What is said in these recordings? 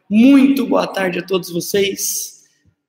Muito boa tarde a todos vocês.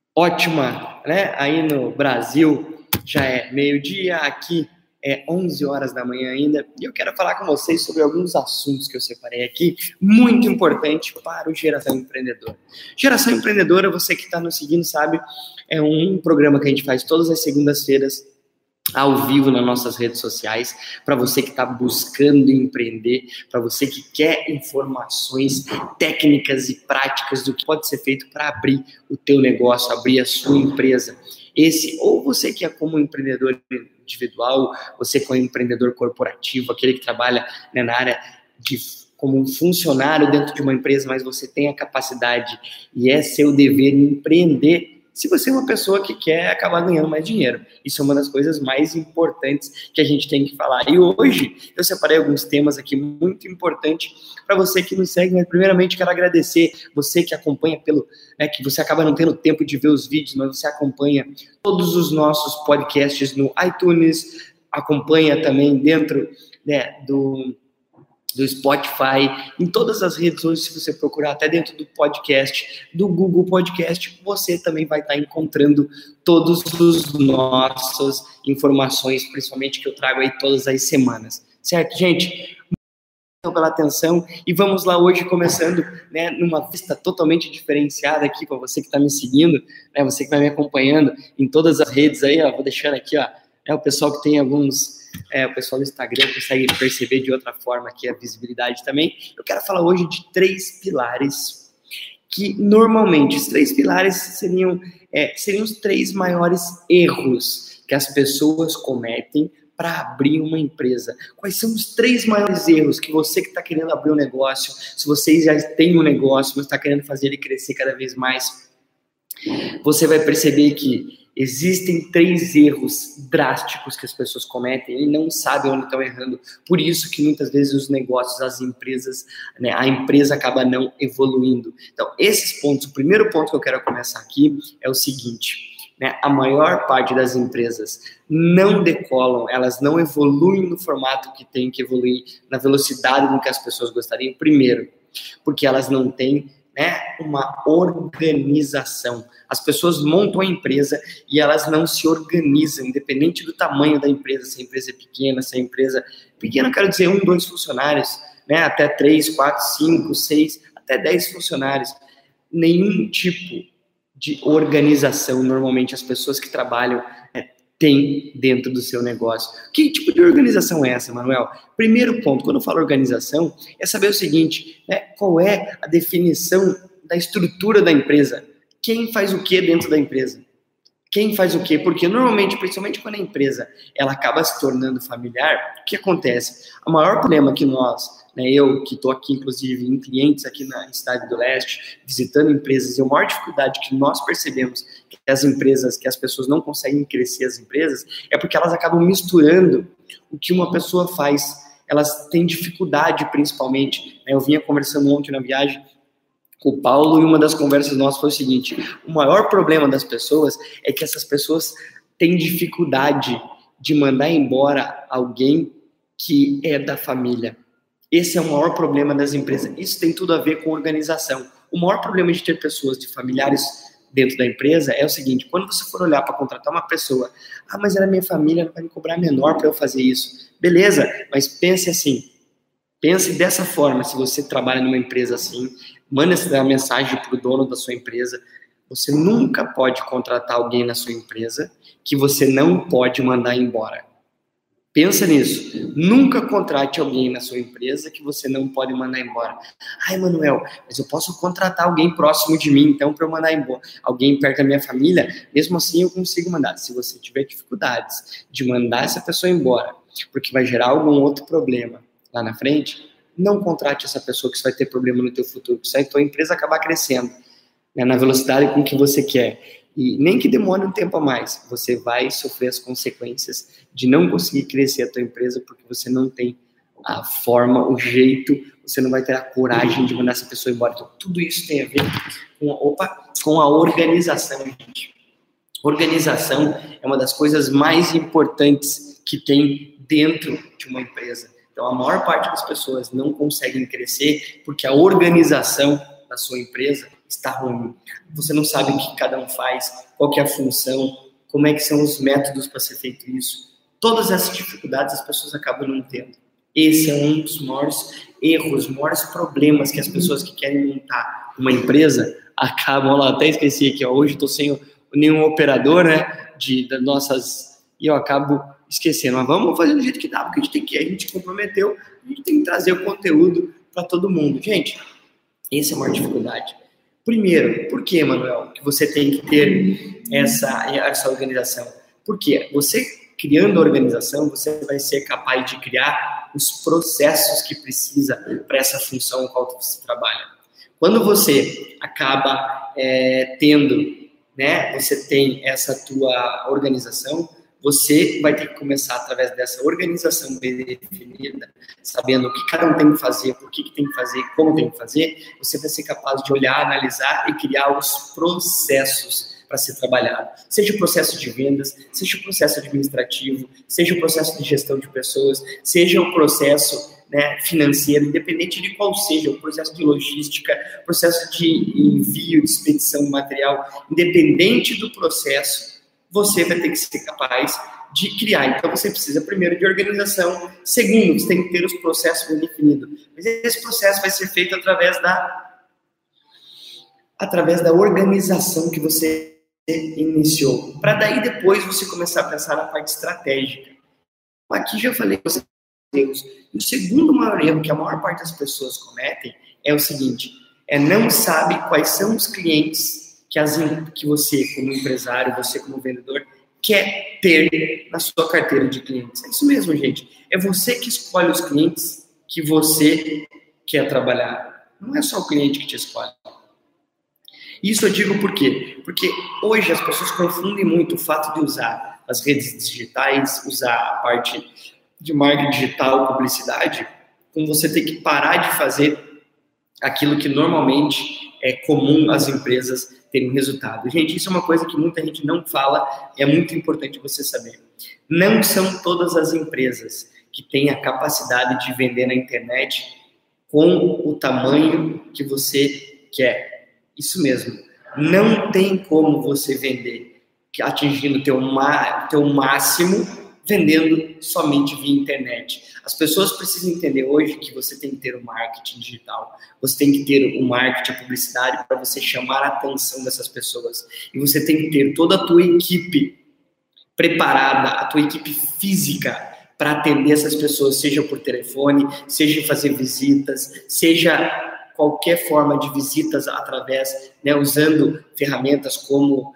Ótima, né? Aí no Brasil já é meio-dia, aqui é 11 horas da manhã ainda. E eu quero falar com vocês sobre alguns assuntos que eu separei aqui, muito importante para o Geração Empreendedora. Geração Empreendedora, você que está nos seguindo sabe, é um programa que a gente faz todas as segundas-feiras, ao vivo nas nossas redes sociais, para você que está buscando empreender, para você que quer informações técnicas e práticas do que pode ser feito para abrir o teu negócio, abrir a sua empresa. Ou você que é como empreendedor individual, você que é um empreendedor corporativo, aquele que trabalha, né, na área como um funcionário dentro de uma empresa, mas você tem a capacidade e é seu dever empreender. Se você é uma pessoa que quer acabar ganhando mais dinheiro, isso é uma das coisas mais importantes que a gente tem que falar. E hoje eu separei alguns temas aqui muito importantes para você que nos segue, mas primeiramente quero agradecer você que acompanha que você acaba não tendo tempo de ver os vídeos, mas você acompanha todos os nossos podcasts no iTunes, acompanha também dentro, né, do Spotify, em todas as redes hoje, se você procurar até dentro do podcast, do Google Podcast, você também vai estar encontrando todas as nossas informações, principalmente que eu trago aí todas as semanas. Certo, gente? Muito pela atenção e vamos lá hoje começando, né, numa vista totalmente diferenciada aqui para você que está me seguindo, né, você que vai me acompanhando em todas as redes aí, ó, vou deixando aqui, ó, o pessoal que tem alguns... o pessoal do Instagram consegue perceber de outra forma aqui a visibilidade também. Eu quero falar hoje de 3 pilares que normalmente, os 3 pilares seriam os 3 maiores erros que as pessoas cometem para abrir uma empresa. Quais são os 3 maiores erros que você que está querendo abrir um negócio, se você já tem um negócio, mas está querendo fazer ele crescer cada vez mais, você vai perceber que existem 3 erros drásticos que as pessoas cometem e não sabem onde estão errando. Por isso que muitas vezes os negócios, as empresas, né, a empresa acaba não evoluindo. Então, esses pontos, o primeiro ponto que eu quero começar aqui é o seguinte, né, a maior parte das empresas não decolam, elas não evoluem no formato que tem que evoluir, na velocidade com que as pessoas gostariam. Primeiro, porque elas não têm, né, uma organização. As pessoas montam a empresa e elas não se organizam, independente do tamanho da empresa, se a empresa é pequena, se a empresa... Pequena, eu quero dizer 1, 2 funcionários, né, até 3, 4, 5, 6, até 10 funcionários. Nenhum tipo de organização, normalmente, as pessoas que trabalham têm dentro do seu negócio. Que tipo de organização é essa, Manuel? Primeiro ponto, quando eu falo organização, é saber o seguinte, né, qual é a definição da estrutura da empresa? Quem faz o que dentro da empresa? Quem faz o quê? Porque normalmente, principalmente quando a empresa ela acaba se tornando familiar, o que acontece? O maior problema que nós, né, eu que estou aqui, inclusive, em clientes aqui na Cidade do Leste, visitando empresas, e a maior dificuldade que nós percebemos que as empresas, que as pessoas não conseguem crescer as empresas, é porque elas acabam misturando o que uma pessoa faz. Elas têm dificuldade, principalmente, né, eu vinha conversando ontem na viagem com o Paulo, e uma das conversas nossas foi o seguinte, o maior problema das pessoas é que essas pessoas têm dificuldade de mandar embora alguém que é da família. Esse é o maior problema das empresas. Isso tem tudo a ver com organização. O maior problema de ter pessoas de familiares dentro da empresa é o seguinte, quando você for olhar para contratar uma pessoa, mas era minha família, não vai me cobrar menor para eu fazer isso. Beleza, mas pense assim, pense dessa forma, se você trabalha numa empresa assim, manda essa mensagem para o dono da sua empresa, você nunca pode contratar alguém na sua empresa que você não pode mandar embora. Pensa nisso, nunca contrate alguém na sua empresa que você não pode mandar embora. Manuel, mas eu posso contratar alguém próximo de mim, então, para eu mandar embora alguém perto da minha família, mesmo assim eu consigo mandar. Se você tiver dificuldades de mandar essa pessoa embora, porque vai gerar algum outro problema lá na frente, não contrate essa pessoa que você vai ter problema no teu futuro, porque se a tua empresa acabar crescendo, né, na velocidade com que você quer, e nem que demore um tempo a mais, você vai sofrer as consequências de não conseguir crescer a tua empresa porque você não tem a forma, o jeito, você não vai ter a coragem de mandar essa pessoa embora. Então, tudo isso tem a ver com a organização, gente. Organização é uma das coisas mais importantes que tem dentro de uma empresa. Então, a maior parte das pessoas não conseguem crescer porque a organização da sua empresa está ruim. Você não sabe o que cada um faz, qual que é a função, como é que são os métodos para ser feito isso. Todas essas dificuldades as pessoas acabam não tendo. Esse é um dos maiores erros, maiores problemas que as pessoas que querem montar uma empresa acabam, lá, até esqueci aqui, ó, hoje estou sem nenhum operador, né, das nossas, e eu acabo esquecendo, mas vamos fazer do jeito que dá, porque a gente comprometeu, a gente tem que trazer o conteúdo para todo mundo. Gente, essa é a maior dificuldade. Primeiro, por que, Manuel, que você tem que ter essa organização? Porque você, criando a organização, você vai ser capaz de criar os processos que precisa para essa função com a qual você trabalha. Quando você acaba tendo, né, você tem essa tua organização, você vai ter que começar através dessa organização bem definida, sabendo o que cada um tem que fazer, por que tem que fazer, como tem que fazer, você vai ser capaz de olhar, analisar e criar os processos para ser trabalhado. Seja o processo de vendas, seja o processo administrativo, seja o processo de gestão de pessoas, seja o processo, né, financeiro, independente de qual seja, o processo de logística, processo de envio, de expedição de material, independente do processo, você vai ter que ser capaz de criar. Então, você precisa, primeiro, de organização. Segundo, você tem que ter os processos bem definidos. Mas esse processo vai ser feito através da organização que você iniciou. Para daí, depois, você começar a pensar na parte estratégica. Aqui já falei com vocês. O segundo maior erro que a maior parte das pessoas cometem é o seguinte, não sabe quais são os clientes que você, como empresário, você como vendedor, quer ter na sua carteira de clientes. É isso mesmo, gente. É você que escolhe os clientes que você quer trabalhar. Não é só o cliente que te escolhe. Isso eu digo por quê? Porque hoje as pessoas confundem muito o fato de usar as redes digitais, usar a parte de marketing digital, publicidade, com você ter que parar de fazer aquilo que normalmente é comum as empresas terem resultado. Gente, isso é uma coisa que muita gente não fala, é muito importante você saber. Não são todas as empresas que têm a capacidade de vender na internet com o tamanho que você quer. Isso mesmo. Não tem como você vender atingindo teu máximo vendendo somente via internet. As pessoas precisam entender hoje que você tem que ter o marketing digital, você tem que ter o marketing, a publicidade para você chamar a atenção dessas pessoas. E você tem que ter toda a tua equipe preparada, a tua equipe física para atender essas pessoas, seja por telefone, seja fazer visitas, seja qualquer forma de visitas através, né, usando ferramentas como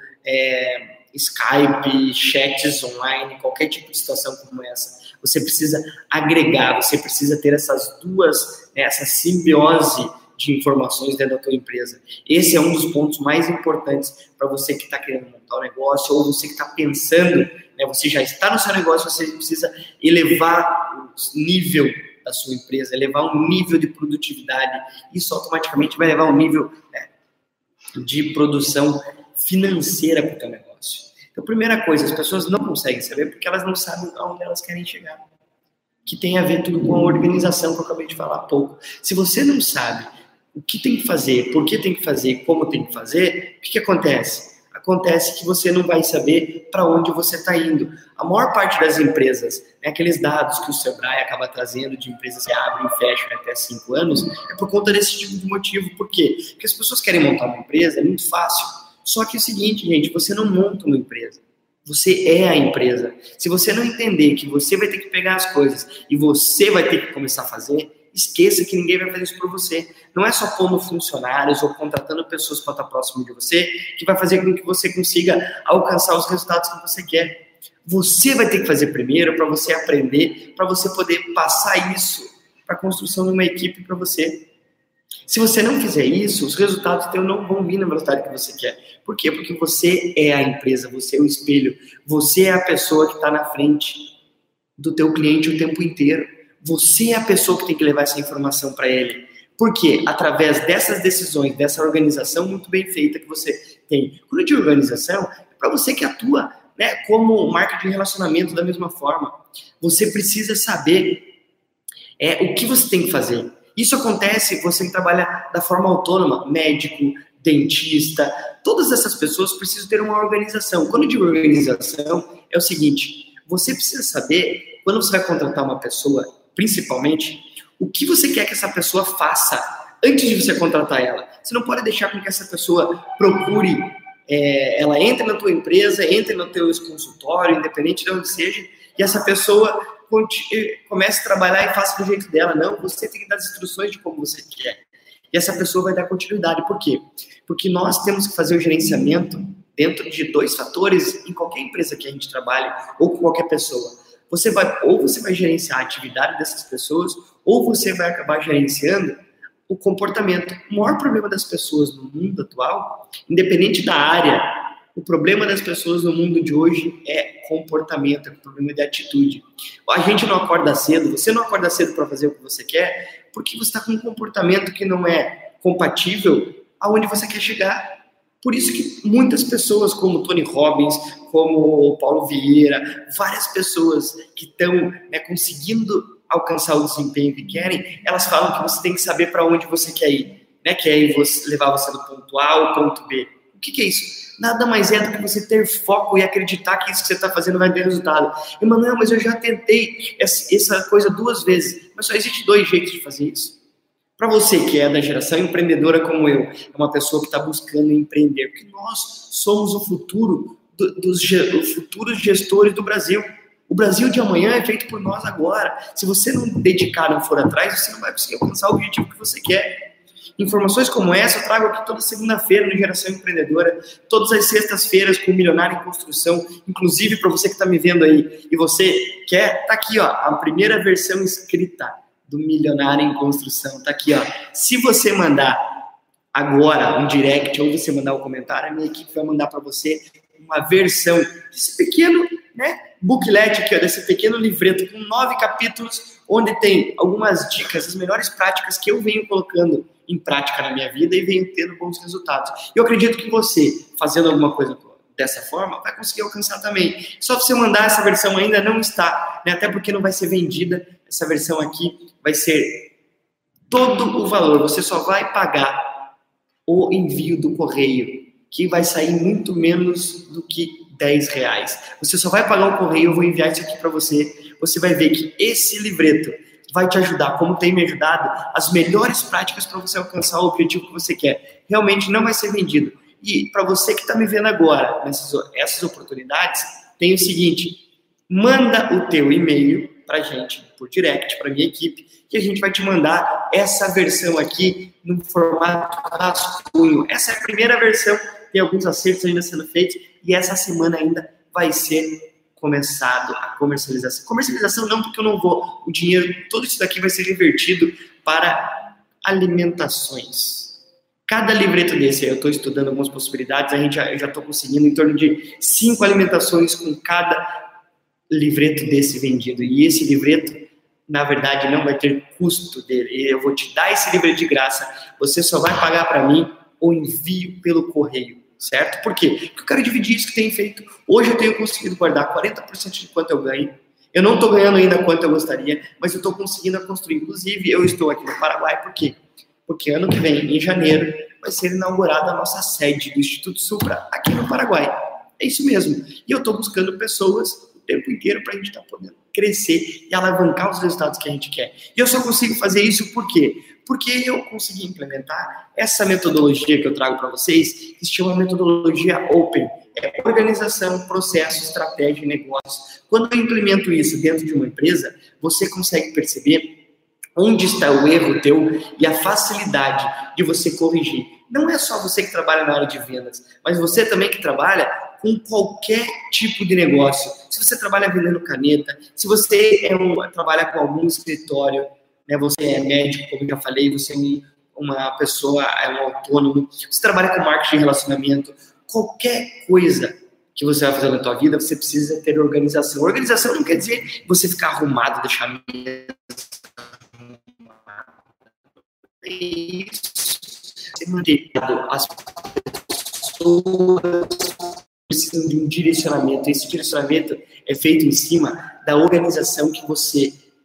Skype, chats online, qualquer tipo de situação como essa. Você precisa agregar, você precisa ter essas duas, né, essa simbiose de informações dentro da tua empresa. Esse é um dos pontos mais importantes para você que está querendo montar um negócio ou você que está pensando, né, você já está no seu negócio, você precisa elevar o nível da sua empresa, elevar um nível de produtividade. Isso automaticamente vai levar um nível, né, de produção financeira para o teu negócio. Então, primeira coisa, as pessoas não conseguem saber porque elas não sabem aonde elas querem chegar. Que tem a ver tudo com a organização que eu acabei de falar há pouco. Se você não sabe o que tem que fazer, por que tem que fazer, como tem que fazer, o que acontece? Acontece que você não vai saber para onde você está indo. A maior parte das empresas, né, aqueles dados que o Sebrae acaba trazendo de empresas que abrem e fecham até 5 anos, é por conta desse tipo de motivo. Por quê? Porque as pessoas querem montar uma empresa, é muito fácil. Só que é o seguinte, gente, você não monta uma empresa. Você é a empresa. Se você não entender que você vai ter que pegar as coisas e você vai ter que começar a fazer, esqueça que ninguém vai fazer isso por você. Não é só pondo funcionários ou contratando pessoas para estar próximo de você que vai fazer com que você consiga alcançar os resultados que você quer. Você vai ter que fazer primeiro para você aprender, para você poder passar isso para a construção de uma equipe para você. Se você não fizer isso, os resultados teus não vão vir na velocidade que você quer. Por quê? Porque você é a empresa, você é o espelho, você é a pessoa que está na frente do teu cliente o tempo inteiro. Você é a pessoa que tem que levar essa informação para ele. Por quê? Através dessas decisões, dessa organização muito bem feita que você tem. Quando eu digo organização, é para você que atua, né, como marketing de relacionamento da mesma forma. Você precisa saber o que você tem que fazer. Isso acontece você que trabalha da forma autônoma, médico, dentista, todas essas pessoas precisam ter uma organização. Quando eu digo organização, é o seguinte, você precisa saber, quando você vai contratar uma pessoa, principalmente, o que você quer que essa pessoa faça antes de você contratar ela. Você não pode deixar com que essa pessoa procure, ela entre na tua empresa, entre no teu consultório, independente de onde seja, e essa pessoa comece a trabalhar e faça do jeito dela. Não, você tem que dar as instruções de como você quer. E essa pessoa vai dar continuidade. Por quê? Porque nós temos que fazer o gerenciamento dentro de 2 fatores em qualquer empresa que a gente trabalhe ou com qualquer pessoa. Você vai gerenciar a atividade dessas pessoas ou você vai acabar gerenciando o comportamento. O maior problema das pessoas no mundo atual, independente da área, o problema das pessoas no mundo de hoje é comportamento, é um problema de atitude. A gente não acorda cedo, você não acorda cedo para fazer o que você quer, porque você está com um comportamento que não é compatível aonde você quer chegar. Por isso que muitas pessoas, como Tony Robbins, como o Paulo Vieira, várias pessoas que estão conseguindo alcançar o desempenho que querem, elas falam que você tem que saber para onde você quer ir, que é levar você do ponto A ao ponto B. O que é isso? Nada mais é do que você ter foco e acreditar que isso que você está fazendo vai ter resultado. Emanuel, mas eu já tentei essa coisa 2 vezes, mas só existe 2 jeitos de fazer isso. Para você que é da geração empreendedora como eu, é uma pessoa que está buscando empreender, porque nós somos o futuro dos futuros gestores do Brasil. O Brasil de amanhã é feito por nós agora. Se você não dedicar, não for atrás, você não vai conseguir alcançar o objetivo que você quer. Informações como essa eu trago aqui toda segunda-feira no Geração Empreendedora, todas as sextas-feiras com o Milionário em Construção, inclusive para você que está me vendo aí e você quer, tá aqui, ó, a primeira versão escrita do Milionário em Construção, tá aqui, ó. Se você mandar agora um direct ou você mandar um comentário, a minha equipe vai mandar para você uma versão desse pequeno, booklet aqui, ó, desse pequeno livreto com 9 capítulos, onde tem algumas dicas, as melhores práticas que eu venho colocando em prática na minha vida e venho tendo bons resultados. Eu acredito que você, fazendo alguma coisa dessa forma, vai conseguir alcançar também. Só você mandar, essa versão ainda não está, até porque não vai ser vendida. Essa versão aqui vai ser todo o valor. Você só vai pagar o envio do correio, que vai sair muito menos do que R$10. Você só vai pagar o correio, eu vou enviar isso aqui para você. Você vai ver que esse livreto vai te ajudar, como tem me ajudado, as melhores práticas para você alcançar o objetivo que você quer. Realmente não vai ser vendido. E para você que está me vendo agora, essas oportunidades, tem o seguinte, manda o teu e-mail para a gente, por direct, para a minha equipe, que a gente vai te mandar essa versão aqui no formato rascunho. Essa é a primeira versão, tem alguns acertos ainda sendo feitos, e essa semana ainda vai ser começado a comercialização. Comercialização não, porque eu não vou. O dinheiro, todo isso daqui vai ser revertido para alimentações. Cada livreto desse, eu estou estudando algumas possibilidades, eu já estou conseguindo em torno de 5 alimentações com cada livreto desse vendido. E esse livreto, na verdade, não vai ter custo dele. Eu vou te dar esse livreto de graça. Você só vai pagar para mim o envio pelo correio. Certo? Por quê? Porque eu quero dividir isso que tem feito. Hoje eu tenho conseguido guardar 40% de quanto eu ganho. Eu não estou ganhando ainda quanto eu gostaria, mas eu estou conseguindo construir. Inclusive, eu estou aqui no Paraguai, por quê? Porque ano que vem, em janeiro, vai ser inaugurada a nossa sede do Instituto Supra aqui no Paraguai. É isso mesmo. E eu estou buscando pessoas o tempo inteiro para a gente estar podendo crescer e alavancar os resultados que a gente quer. E eu só consigo fazer isso por quê? Porque eu consegui implementar essa metodologia que eu trago para vocês, que se chama metodologia Open. É organização, processo, estratégia e negócio. Quando eu implemento isso dentro de uma empresa, você consegue perceber onde está o erro teu e a facilidade de você corrigir. Não é só você que trabalha na área de vendas, mas você também que trabalha com qualquer tipo de negócio. Se você trabalha vendendo caneta, se você trabalha com algum escritório, você é médico, como eu já falei, você é uma pessoa, é um autônomo, você trabalha com marketing de relacionamento, qualquer coisa que você vai fazer na tua vida, você precisa ter organização. Organização não quer dizer você ficar arrumado, deixar a mesa isso, você manter as pessoas precisam de um direcionamento. Esse direcionamento é feito em cima da organização que você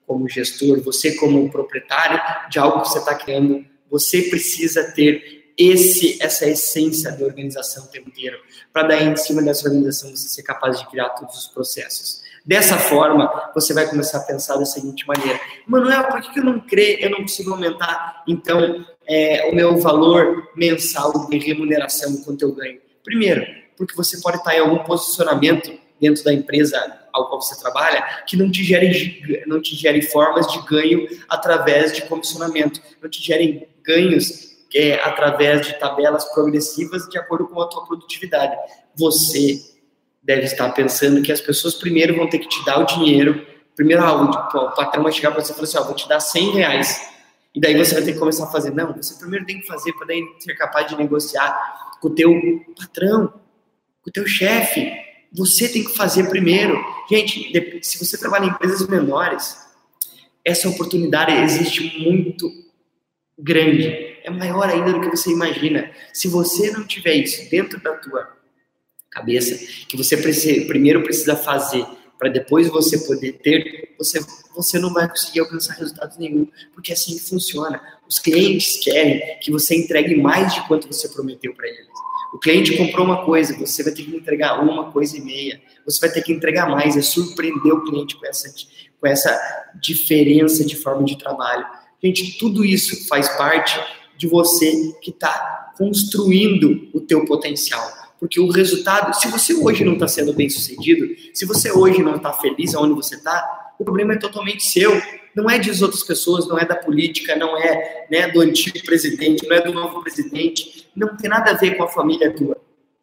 como gestor, você como proprietário de algo que você está criando, você precisa ter essa essência da organização o tempo inteiro, para daí, em cima dessa organização, você ser capaz de criar todos os processos. Dessa forma, você vai começar a pensar da seguinte maneira: Manuel, por que eu não consigo aumentar, então, o meu valor mensal de remuneração quanto eu ganho? Primeiro, porque você pode estar em algum posicionamento dentro da empresa ao qual você trabalha que não te gere formas de ganho através de comissionamento, não te gerem ganhos através de tabelas progressivas de acordo com a tua produtividade. Você deve estar pensando que as pessoas primeiro vão ter que te dar o dinheiro. Primeiro, o patrão vai chegar para você e falar assim: vou te dar R$100. E daí você vai ter que começar a fazer. Não, você primeiro tem que fazer para daí ser capaz de negociar com o teu patrão, com o teu chefe. Você tem que fazer primeiro. Gente, se você trabalha em empresas menores, essa oportunidade existe muito grande. É maior ainda do que você imagina. Se você não tiver isso dentro da tua cabeça, que você primeiro precisa fazer para depois você poder ter, você não vai conseguir alcançar resultados nenhum, porque é assim que funciona. Os clientes querem que você entregue mais de quanto você prometeu para eles. O cliente comprou uma coisa, você vai ter que entregar uma coisa e meia, você vai ter que entregar mais, é surpreender o cliente com essa diferença de forma de trabalho. Gente, tudo isso faz parte de você que está construindo o teu potencial. Porque o resultado, se você hoje não está sendo bem sucedido, se você hoje não está feliz onde você está, o problema é totalmente seu. Não é de outras pessoas, não é da política, não é, né, do antigo presidente, não é do novo presidente, não tem nada a ver com a família tua.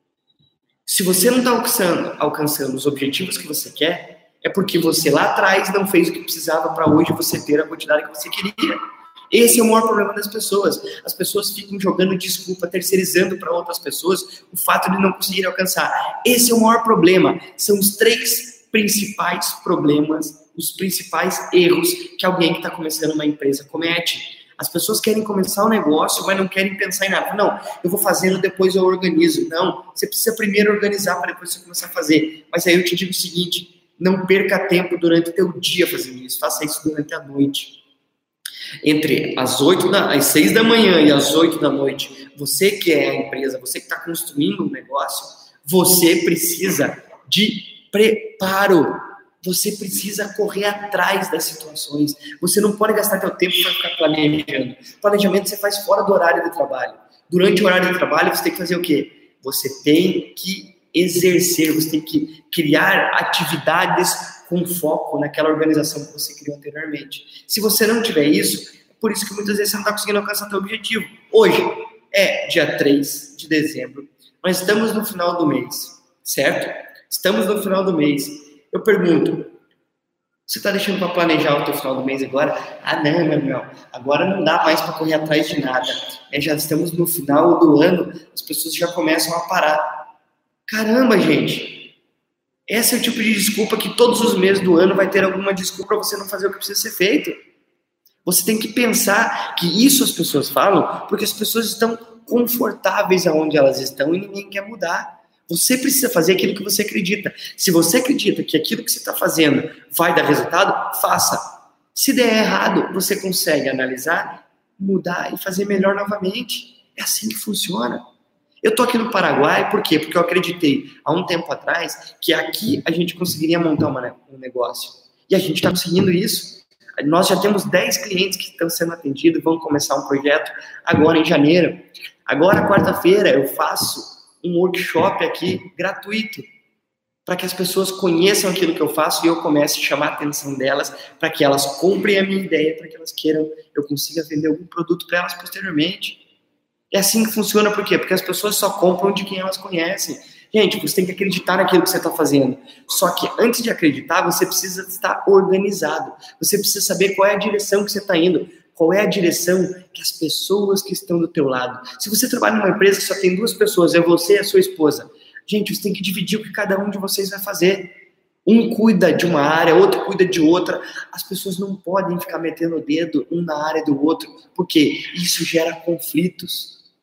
Se você não está alcançando os objetivos que você quer, é porque você lá atrás não fez o que precisava para hoje você ter a quantidade que você queria. Esse é o maior problema das pessoas. As pessoas ficam jogando desculpa, terceirizando para outras pessoas o fato de não conseguir alcançar. Esse é o maior problema. São os 3 principais problemas, os principais erros que alguém que está começando uma empresa comete. As pessoas querem começar um negócio, mas não querem pensar em nada. Não, eu vou fazendo, depois eu organizo. Não, você precisa primeiro organizar para depois você começar a fazer. Mas aí eu te digo o seguinte: não perca tempo durante o teu dia fazendo isso. Faça isso durante a noite. Entre as 6 da manhã e as 8 da noite, você que é a empresa, você que está construindo um negócio, você precisa de preparo. Você precisa correr atrás das situações. Você não pode gastar seu tempo para ficar planejando. Planejamento você faz fora do horário de trabalho. Durante o horário de trabalho, você tem que fazer o quê? Você tem que exercer, você tem que criar atividades com foco naquela organização que você criou anteriormente. Se você não tiver isso, é por isso que muitas vezes você não está conseguindo alcançar seu objetivo. Hoje é dia 3 de dezembro. Nós estamos no final do mês, certo? Estamos no final do mês. Eu pergunto, você está deixando para planejar o teu final do mês agora? Ah, não, Manuel, agora não dá mais para correr atrás de nada. Já estamos no final do ano, as pessoas já começam a parar. Caramba, gente! Esse é o tipo de desculpa que todos os meses do ano vai ter alguma desculpa para você não fazer o que precisa ser feito. Você tem que pensar que isso as pessoas falam porque as pessoas estão confortáveis aonde elas estão e ninguém quer mudar. Você precisa fazer aquilo que você acredita. Se você acredita que aquilo que você está fazendo vai dar resultado, faça. Se der errado, você consegue analisar, mudar e fazer melhor novamente. É assim que funciona. Eu estou aqui no Paraguai, por quê? Porque eu acreditei há um tempo atrás que aqui a gente conseguiria montar um negócio. E a gente está conseguindo isso. Nós já temos 10 clientes que estão sendo atendidos, vão começar um projeto agora em janeiro. Agora, quarta-feira, eu faço um workshop aqui gratuito para que as pessoas conheçam aquilo que eu faço e eu comece a chamar a atenção delas para que elas comprem a minha ideia, para que elas queiram, eu consiga vender algum produto para elas posteriormente. É assim que funciona, por quê? Porque as pessoas só compram de quem elas conhecem. Gente, você tem que acreditar naquilo que você está fazendo. Só que antes de acreditar, você precisa estar organizado. Você precisa saber qual é a direção que você está indo. Qual é a direção que as pessoas que estão do teu lado. Se você trabalha numa empresa que só tem 2 pessoas, é você e a sua esposa. Gente, você tem que dividir o que cada um de vocês vai fazer. Um cuida de uma área, outro cuida de outra. As pessoas não podem ficar metendo o dedo um na área do outro, porque isso gera conflitos.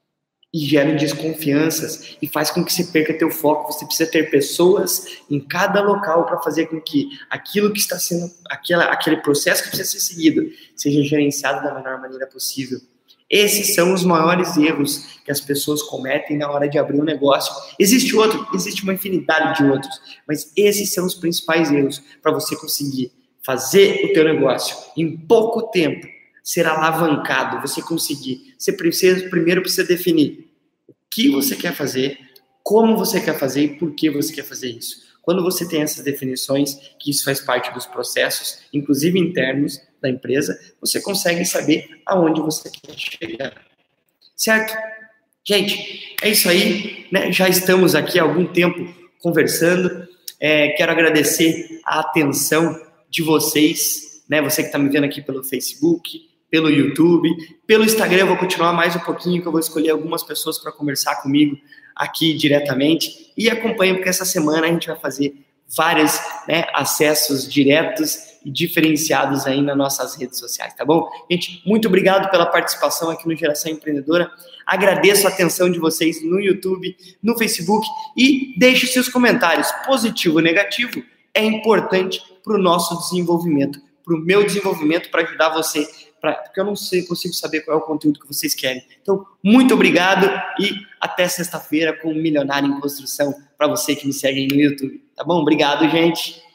e geram desconfianças e faz com que você perca teu foco. Você precisa ter pessoas em cada local para fazer com que aquilo que está sendo, aquele processo que precisa ser seguido, seja gerenciado da melhor maneira possível. Esses são os maiores erros que as pessoas cometem na hora de abrir um negócio. Existe uma infinidade de outros, mas esses são os principais erros para você conseguir fazer o teu negócio em pouco tempo, ser alavancado, você conseguir. Você primeiro precisa definir o que você quer fazer, como você quer fazer e por que você quer fazer isso. Quando você tem essas definições, que isso faz parte dos processos, inclusive internos da empresa, você consegue saber aonde você quer chegar. Certo? Gente, é isso aí, né? Já estamos aqui há algum tempo conversando. Quero agradecer a atenção de vocês, né? Você que está me vendo aqui pelo Facebook, pelo YouTube, pelo Instagram. Eu vou continuar mais um pouquinho, que eu vou escolher algumas pessoas para conversar comigo aqui diretamente. E acompanhe, porque essa semana a gente vai fazer vários, né, acessos diretos e diferenciados aí nas nossas redes sociais, tá bom? Gente, muito obrigado pela participação aqui no Geração Empreendedora. Agradeço a atenção de vocês no YouTube, no Facebook, e deixe seus comentários, positivo ou negativo, é importante para o nosso desenvolvimento, para o meu desenvolvimento, para ajudar você, porque eu não consigo saber qual é o conteúdo que vocês querem. Então, muito obrigado e até sexta-feira com o Milionário em Construção, para você que me segue aí no YouTube. Tá bom? Obrigado, gente.